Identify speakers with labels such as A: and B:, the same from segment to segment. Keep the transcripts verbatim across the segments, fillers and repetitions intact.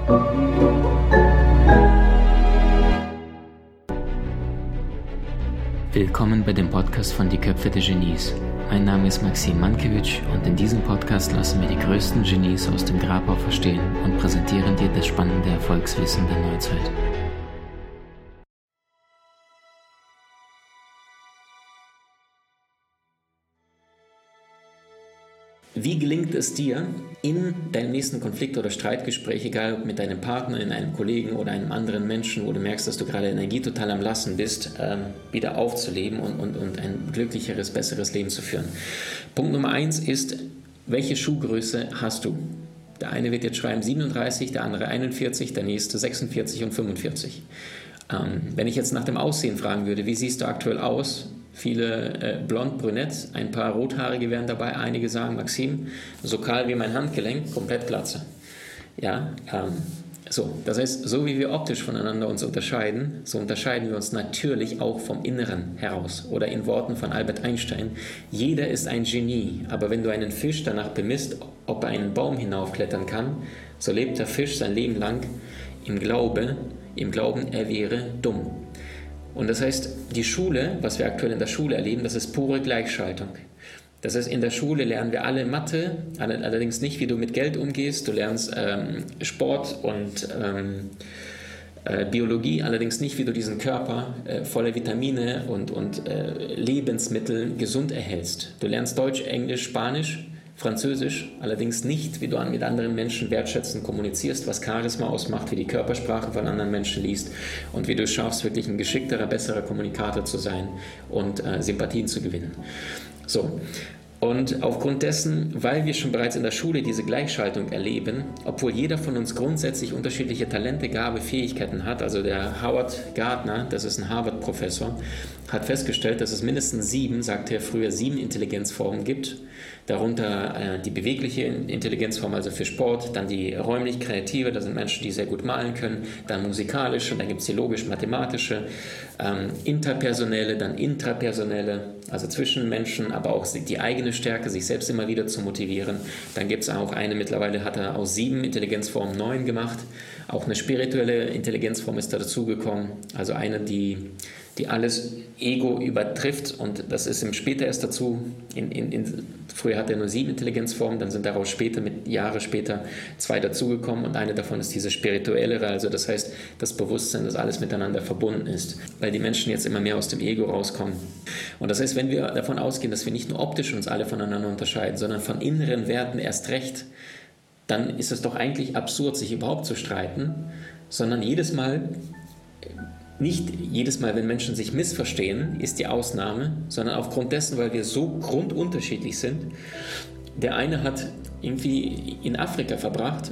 A: Willkommen bei dem Podcast von Die Köpfe der Genies. Mein Name ist Maxim Mankewitsch und in diesem Podcast lassen wir die größten Genies aus dem Grabau verstehen und präsentieren dir das spannende Erfolgswissen der Neuzeit. Wie gelingt es dir, in deinem nächsten Konflikt oder Streitgespräch, egal ob mit deinem Partner, in einem Kollegen oder einem anderen Menschen, wo du merkst, dass du gerade Energie total am Lassen bist, ähm, wieder aufzuleben und, und, und ein glücklicheres, besseres Leben zu führen? Punkt Nummer eins ist, welche Schuhgröße hast du? Der eine wird jetzt schreiben siebenunddreißig, der andere einundvierzig, der nächste sechsundvierzig und fünfundvierzig. Ähm, wenn ich jetzt nach dem Aussehen fragen würde, wie siehst du aktuell aus? Viele äh, blond, brünett, ein paar Rothaarige wären dabei. Einige sagen, Maxim, so kahl wie mein Handgelenk, komplett Glatze. Ja, ähm, so, das heißt, so wie wir optisch voneinander uns unterscheiden, so unterscheiden wir uns natürlich auch vom Inneren heraus. Oder in Worten von Albert Einstein, jeder ist ein Genie, aber wenn du einen Fisch danach bemisst, ob er einen Baum hinaufklettern kann, so lebt der Fisch sein Leben lang im Glaube, im Glauben, er wäre dumm. Und das heißt, die Schule, was wir aktuell in der Schule erleben, das ist pure Gleichschaltung. Das heißt, in der Schule lernen wir alle Mathe, allerdings nicht, wie du mit Geld umgehst. Du lernst ähm, Sport und ähm, äh, Biologie, allerdings nicht, wie du diesen Körper äh, voller Vitamine und, und äh, Lebensmittel gesund erhältst. Du lernst Deutsch, Englisch, Spanisch, Französisch, allerdings nicht, wie du mit anderen Menschen wertschätzend kommunizierst, was Charisma ausmacht, wie die Körpersprache von anderen Menschen liest und wie du es schaffst, wirklich ein geschickterer, besserer Kommunikator zu sein und äh, Sympathien zu gewinnen. So. Und aufgrund dessen, weil wir schon bereits in der Schule diese Gleichschaltung erleben, obwohl jeder von uns grundsätzlich unterschiedliche Talente, Gabe, Fähigkeiten hat, also der Howard Gardner, das ist ein Harvard-Professor, hat festgestellt, dass es mindestens sieben, sagte er früher, sieben Intelligenzformen gibt. Darunter äh, die bewegliche Intelligenzform, also für Sport, dann die räumlich-kreative, das sind Menschen, die sehr gut malen können, dann musikalische, dann gibt es die logisch-mathematische, ähm, interpersonelle, dann intrapersonelle, also zwischen Menschen, aber auch die eigene Stärke, sich selbst immer wieder zu motivieren. Dann gibt es auch eine, mittlerweile hat er aus sieben Intelligenzformen neun gemacht. Auch eine spirituelle Intelligenzform ist da dazugekommen, also eine, die, die alles Ego übertrifft und das ist ihm später erst dazu, in, in, in, früher hat er nur sieben Intelligenzformen, dann sind daraus später, mit Jahre später, zwei dazugekommen und eine davon ist diese spirituellere, also das heißt das Bewusstsein, dass alles miteinander verbunden ist, weil die Menschen jetzt immer mehr aus dem Ego rauskommen. Und das heißt, wenn wir davon ausgehen, dass wir nicht nur optisch uns alle voneinander unterscheiden, sondern von inneren Werten erst recht, dann ist es doch eigentlich absurd, sich überhaupt zu streiten, sondern jedes Mal, nicht jedes Mal, wenn Menschen sich missverstehen, ist die Ausnahme, sondern aufgrund dessen, weil wir so grundunterschiedlich sind. Der eine hat irgendwie in Afrika verbracht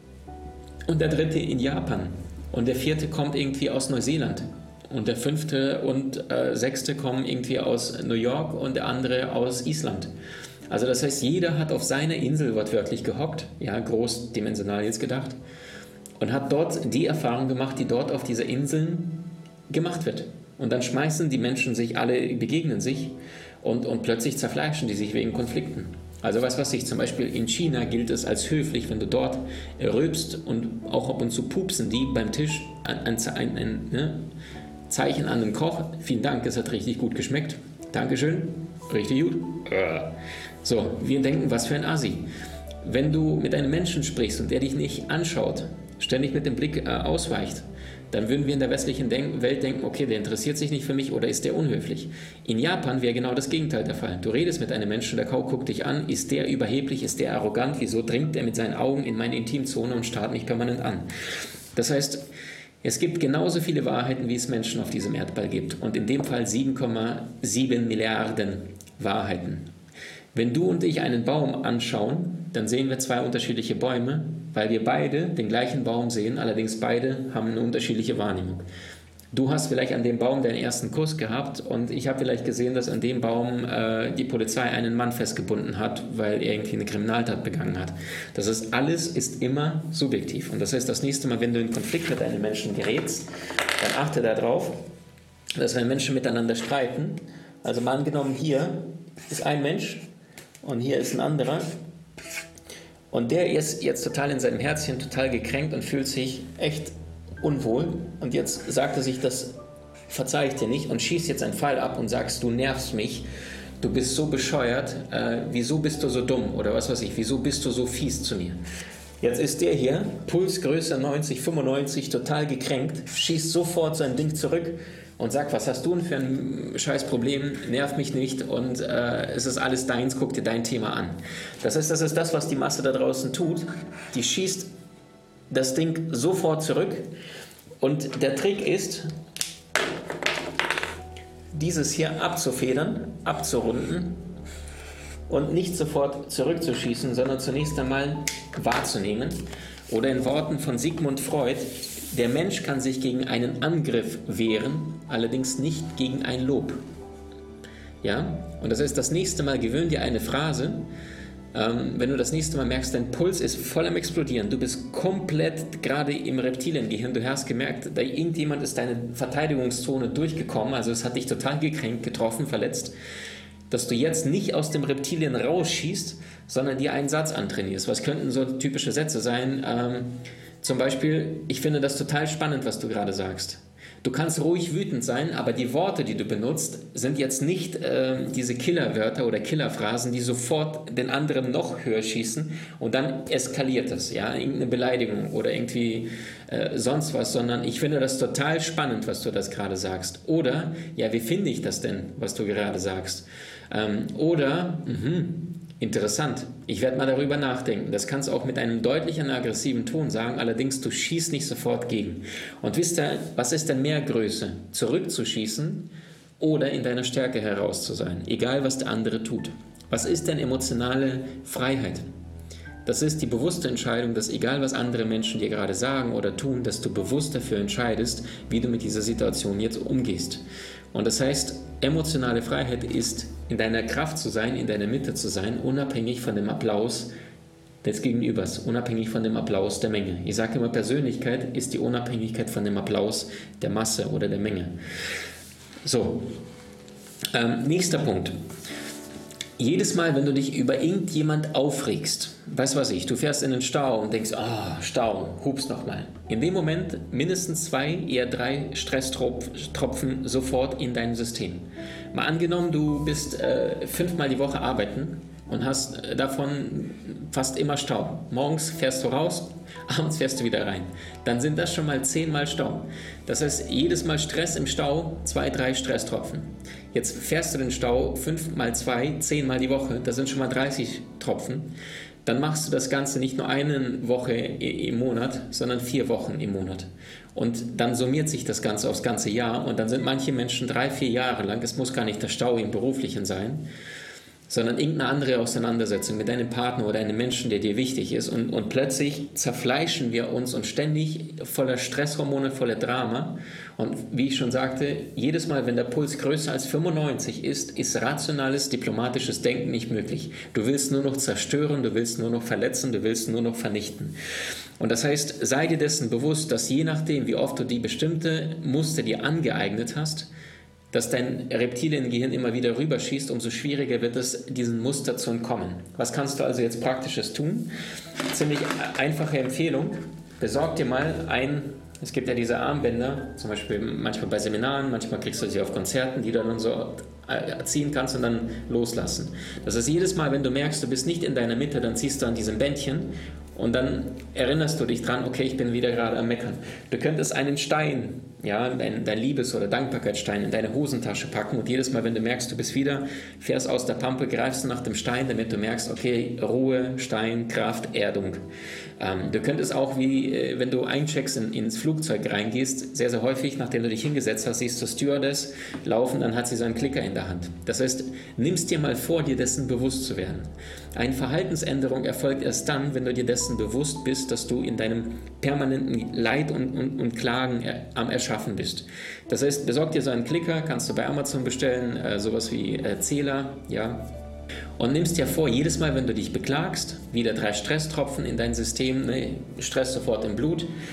A: und der dritte in Japan und der vierte kommt irgendwie aus Neuseeland und der fünfte und äh, sechste kommen irgendwie aus New York und der andere aus Island. Also das heißt, jeder hat auf seiner Insel wortwörtlich gehockt, ja, großdimensional jetzt gedacht, und hat dort die Erfahrung gemacht, die dort auf dieser Insel gemacht wird. Und dann schmeißen die Menschen sich, alle begegnen sich und, und plötzlich zerfleischen die sich wegen Konflikten. Also was weiß ich, zum Beispiel in China gilt es als höflich, wenn du dort rülpst und auch ab und zu pupsen die beim Tisch ein, ein, ein, ein ne, Zeichen an den Koch, vielen Dank, es hat richtig gut geschmeckt, Dankeschön, richtig gut. So, wir denken, was für ein Assi. Wenn du mit einem Menschen sprichst und der dich nicht anschaut, ständig mit dem Blick äh, ausweicht, dann würden wir in der westlichen Denk- Welt denken, okay, der interessiert sich nicht für mich oder ist der unhöflich. In Japan wäre genau das Gegenteil der Fall. Du redest mit einem Menschen, der guckt dich an, ist der überheblich, ist der arrogant, wieso dringt er mit seinen Augen in meine Intimzone und starrt mich permanent an. Das heißt, es gibt genauso viele Wahrheiten, wie es Menschen auf diesem Erdball gibt und in dem Fall sieben Komma sieben Milliarden Wahrheiten. Wenn du und ich einen Baum anschauen, dann sehen wir zwei unterschiedliche Bäume, weil wir beide den gleichen Baum sehen, allerdings beide haben eine unterschiedliche Wahrnehmung. Du hast vielleicht an dem Baum deinen ersten Kuss gehabt und ich habe vielleicht gesehen, dass an dem Baum äh, die Polizei einen Mann festgebunden hat, weil er irgendwie eine Kriminaltat begangen hat. Das heißt, alles ist immer subjektiv. Und das heißt, das nächste Mal, wenn du in Konflikt mit einem Menschen gerätst, dann achte darauf, dass wenn Menschen miteinander streiten, also mal angenommen, hier ist ein Mensch und hier ist ein anderer Und der ist jetzt total in seinem Herzchen total gekränkt und fühlt sich echt unwohl. Und jetzt sagt er sich, das verzeih ich dir nicht und schießt jetzt einen Pfeil ab und sagst, du nervst mich, du bist so bescheuert, äh, wieso bist du so dumm oder was weiß ich, wieso bist du so fies zu mir? Jetzt ist der hier, Pulsgröße neunzig, fünfundneunzig, total gekränkt, schießt sofort sein Ding zurück und sagt, was hast du denn für ein scheiß Problem, nerv mich nicht und äh, es ist alles deins, guck dir dein Thema an. Das heißt, das ist das, was die Masse da draußen tut. Die schießt das Ding sofort zurück und der Trick ist, dieses hier abzufedern, abzurunden und nicht sofort zurückzuschießen, sondern zunächst einmal wahrzunehmen. Oder in Worten von Sigmund Freud, der Mensch kann sich gegen einen Angriff wehren, allerdings nicht gegen ein Lob. Ja? Und das heißt, das nächste Mal gewöhn dir eine Phrase, ähm, wenn du das nächste Mal merkst, dein Puls ist voll am Explodieren, du bist komplett gerade im Reptiliengehirn, du hast gemerkt, da irgendjemand ist deine Verteidigungszone durchgekommen, also es hat dich total gekränkt, getroffen, verletzt, dass du jetzt nicht aus dem Reptilien rausschießt, sondern dir einen Satz antrainierst. Was könnten so typische Sätze sein? Ähm, zum Beispiel, ich finde das total spannend, was du gerade sagst. Du kannst ruhig wütend sein, aber die Worte, die du benutzt, sind jetzt nicht äh, diese Killerwörter oder Killerphrasen, die sofort den anderen noch höher schießen und dann eskaliert es, ja, irgendeine Beleidigung oder irgendwie äh, sonst was, sondern ich finde das total spannend, was du das gerade sagst. Oder, ja, wie finde ich das denn, was du gerade sagst? Ähm, oder, mh, interessant, ich werde mal darüber nachdenken. Das kannst du auch mit einem deutlichen aggressiven Ton sagen, allerdings du schießt nicht sofort gegen. Und wisst ihr, was ist denn mehr Größe? Zurückzuschießen oder in deiner Stärke heraus zu sein, egal was der andere tut. Was ist denn emotionale Freiheit? Das ist die bewusste Entscheidung, dass egal was andere Menschen dir gerade sagen oder tun, dass du bewusst dafür entscheidest, wie du mit dieser Situation jetzt umgehst. Und das heißt, emotionale Freiheit ist, in deiner Kraft zu sein, in deiner Mitte zu sein, unabhängig von dem Applaus des Gegenübers, unabhängig von dem Applaus der Menge. Ich sage immer, Persönlichkeit ist die Unabhängigkeit von dem Applaus der Masse oder der Menge. So, ähm, nächster Punkt. Jedes Mal, wenn du dich über irgendjemand aufregst, weißt du was ich, du fährst in den Stau und denkst, ah, oh, Stau, hups nochmal. In dem Moment mindestens zwei, eher drei Stresstropfen sofort in dein System. Mal angenommen, du bist äh, fünfmal die Woche arbeiten und hast äh, davon fast immer Stau. Morgens fährst du raus, abends fährst du wieder rein. Dann sind das schon mal zehnmal Stau. Das heißt, jedes Mal Stress im Stau, zwei, drei Stresstropfen. Jetzt fährst du den Stau fünf mal zwei, zehn Mal die Woche, das sind schon mal dreißig Tropfen. Dann machst du das Ganze nicht nur eine Woche im Monat, sondern vier Wochen im Monat. Und dann summiert sich das Ganze aufs ganze Jahr und dann sind manche Menschen drei, vier Jahre lang, es muss gar nicht der Stau im Beruflichen sein, sondern irgendeine andere Auseinandersetzung mit deinem Partner oder einem Menschen, der dir wichtig ist. Und, und plötzlich zerfleischen wir uns und ständig voller Stresshormone, voller Drama. Und wie ich schon sagte, jedes Mal, wenn der Puls größer als fünfundneunzig ist, ist rationales, diplomatisches Denken nicht möglich. Du willst nur noch zerstören, du willst nur noch verletzen, du willst nur noch vernichten. Und das heißt, sei dir dessen bewusst, dass je nachdem, wie oft du die bestimmte Muster dir angeeignet hast, dass dein Reptiliengehirn immer wieder rüberschießt, umso schwieriger wird es, diesen Muster zu entkommen. Was kannst du also jetzt Praktisches tun? Ziemlich einfache Empfehlung. Besorg dir mal ein, es gibt ja diese Armbänder, zum Beispiel manchmal bei Seminaren, manchmal kriegst du sie auf Konzerten, die du dann so ziehen kannst und dann loslassen. Das heißt, jedes Mal, wenn du merkst, du bist nicht in deiner Mitte, dann ziehst du an diesem Bändchen und dann erinnerst du dich dran, okay, ich bin wieder gerade am Meckern. Du könntest einen Stein, ja, dein, dein Liebes- oder Dankbarkeitsstein in deine Hosentasche packen und jedes Mal, wenn du merkst, du bist wieder, fährst aus der Pampe, greifst du nach dem Stein, damit du merkst, okay, Ruhe, Stein, Kraft, Erdung. Ähm, du könntest auch, wie äh, wenn du eincheckst in, ins Flugzeug reingehst, sehr, sehr häufig, nachdem du dich hingesetzt hast, siehst du Stewardess laufen, dann hat sie so einen Klicker in der Hand. Das heißt, nimmst dir mal vor, dir dessen bewusst zu werden. Eine Verhaltensänderung erfolgt erst dann, wenn du dir dessen bewusst bist, dass du in deinem permanenten Leid und, und, und Klagen er, am Erschaffen bist. Das heißt, besorg dir so einen Klicker, kannst du bei Amazon bestellen, äh, sowas wie äh, Zähler, ja, und nimmst dir vor, jedes Mal, wenn du dich beklagst, wieder drei Stresstropfen in dein System, ne, Stress sofort im Blut,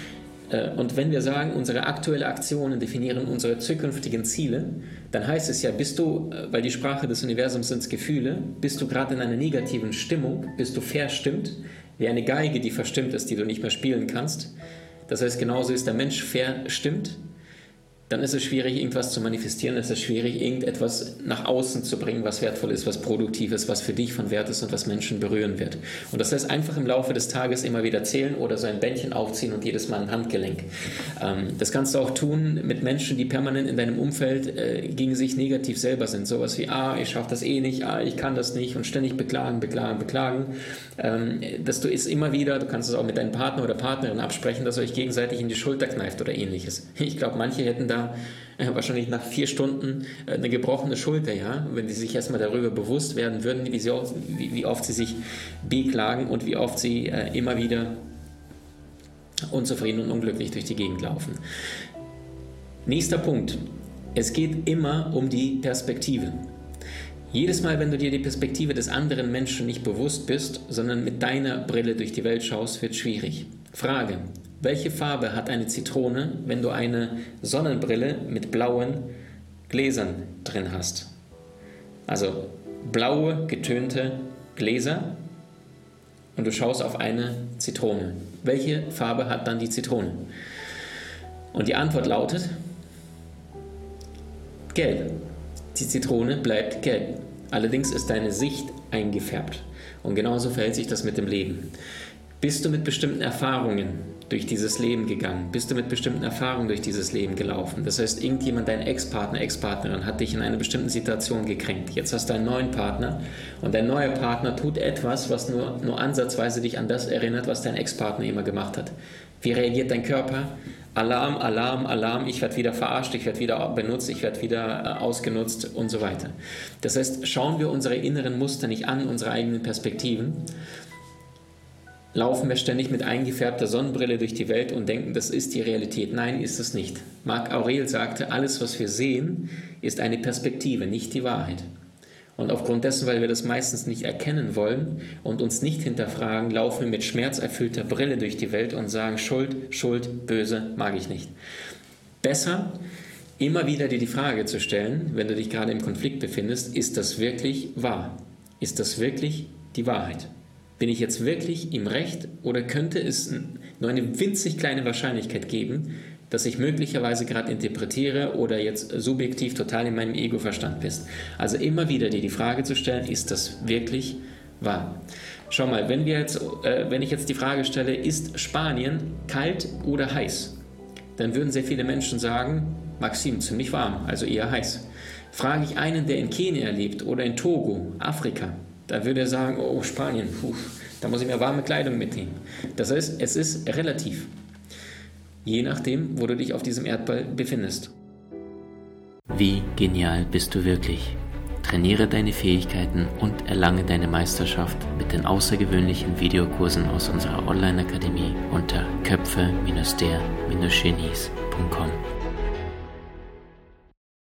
A: Und wenn wir sagen, unsere aktuellen Aktionen definieren unsere zukünftigen Ziele, dann heißt es ja, bist du, weil die Sprache des Universums sind Gefühle, bist du gerade in einer negativen Stimmung, bist du verstimmt, wie eine Geige, die verstimmt ist, die du nicht mehr spielen kannst. Das heißt, genauso ist der Mensch verstimmt. Dann ist es schwierig, irgendwas zu manifestieren, es ist schwierig, irgendetwas nach außen zu bringen, was wertvoll ist, was produktiv ist, was für dich von Wert ist und was Menschen berühren wird. Und das heißt, einfach im Laufe des Tages immer wieder zählen oder so ein Bändchen aufziehen und jedes Mal ein Handgelenk. Ähm, das kannst du auch tun mit Menschen, die permanent in deinem Umfeld äh, gegen sich negativ selber sind. Sowas wie, ah, ich schaffe das eh nicht, ah, ich kann das nicht und ständig beklagen, beklagen, beklagen. Ähm, dass du es immer wieder, du kannst es auch mit deinem Partner oder Partnerin absprechen, dass ihr euch gegenseitig in die Schulter kneift oder ähnliches. Ich glaube, manche hätten da wahrscheinlich nach vier Stunden eine gebrochene Schulter, ja, wenn sie sich erstmal darüber bewusst werden würden, wie, sie oft, wie, wie oft sie sich beklagen und wie oft sie äh, immer wieder unzufrieden und unglücklich durch die Gegend laufen. Nächster Punkt. Es geht immer um die Perspektive. Jedes Mal, wenn du dir die Perspektive des anderen Menschen nicht bewusst bist, sondern mit deiner Brille durch die Welt schaust, wird es schwierig. Frage: Welche Farbe hat eine Zitrone, wenn du eine Sonnenbrille mit blauen Gläsern drin hast? Also blaue, getönte Gläser und du schaust auf eine Zitrone. Welche Farbe hat dann die Zitrone? Und die Antwort lautet gelb. Die Zitrone bleibt gelb. Allerdings ist deine Sicht eingefärbt. Und genauso verhält sich das mit dem Leben. Bist du mit bestimmten Erfahrungen durch dieses Leben gegangen? Bist du mit bestimmten Erfahrungen durch dieses Leben gelaufen? Das heißt, irgendjemand, dein Ex-Partner, Ex-Partnerin, hat dich in einer bestimmten Situation gekränkt. Jetzt hast du einen neuen Partner und dein neuer Partner tut etwas, was nur, nur ansatzweise dich an das erinnert, was dein Ex-Partner immer gemacht hat. Wie reagiert dein Körper? Alarm, Alarm, Alarm, ich werde wieder verarscht, ich werde wieder benutzt, ich werde wieder äh, ausgenutzt und so weiter. Das heißt, schauen wir unsere inneren Muster nicht an, unsere eigenen Perspektiven, laufen wir ständig mit eingefärbter Sonnenbrille durch die Welt und denken, das ist die Realität. Nein, ist es nicht. Marc Aurel sagte, alles, was wir sehen, ist eine Perspektive, nicht die Wahrheit. Und aufgrund dessen, weil wir das meistens nicht erkennen wollen und uns nicht hinterfragen, laufen wir mit schmerzerfüllter Brille durch die Welt und sagen, Schuld, Schuld, böse, mag ich nicht. Besser, immer wieder dir die Frage zu stellen, wenn du dich gerade im Konflikt befindest, ist das wirklich wahr? Ist das wirklich die Wahrheit? Bin ich jetzt wirklich im Recht oder könnte es nur eine winzig kleine Wahrscheinlichkeit geben, dass ich möglicherweise gerade interpretiere oder jetzt subjektiv total in meinem Ego-Verstand bist? Also immer wieder dir die Frage zu stellen, ist das wirklich wahr? Schau mal, wenn, wir jetzt, äh, wenn ich jetzt die Frage stelle, ist Spanien kalt oder heiß? Dann würden sehr viele Menschen sagen, Maxim, ziemlich warm, also eher heiß. Frage ich einen, der in Kenia lebt oder in Togo, Afrika, da würde er sagen, oh Spanien, puh, da muss ich mir warme Kleidung mitnehmen. Das heißt, es ist relativ. Je nachdem, wo du dich auf diesem Erdball befindest.
B: Wie genial bist du wirklich? Trainiere deine Fähigkeiten und erlange deine Meisterschaft mit den außergewöhnlichen Videokursen aus unserer Online-Akademie unter köpfe Bindestrich der Bindestrich genies Punkt com.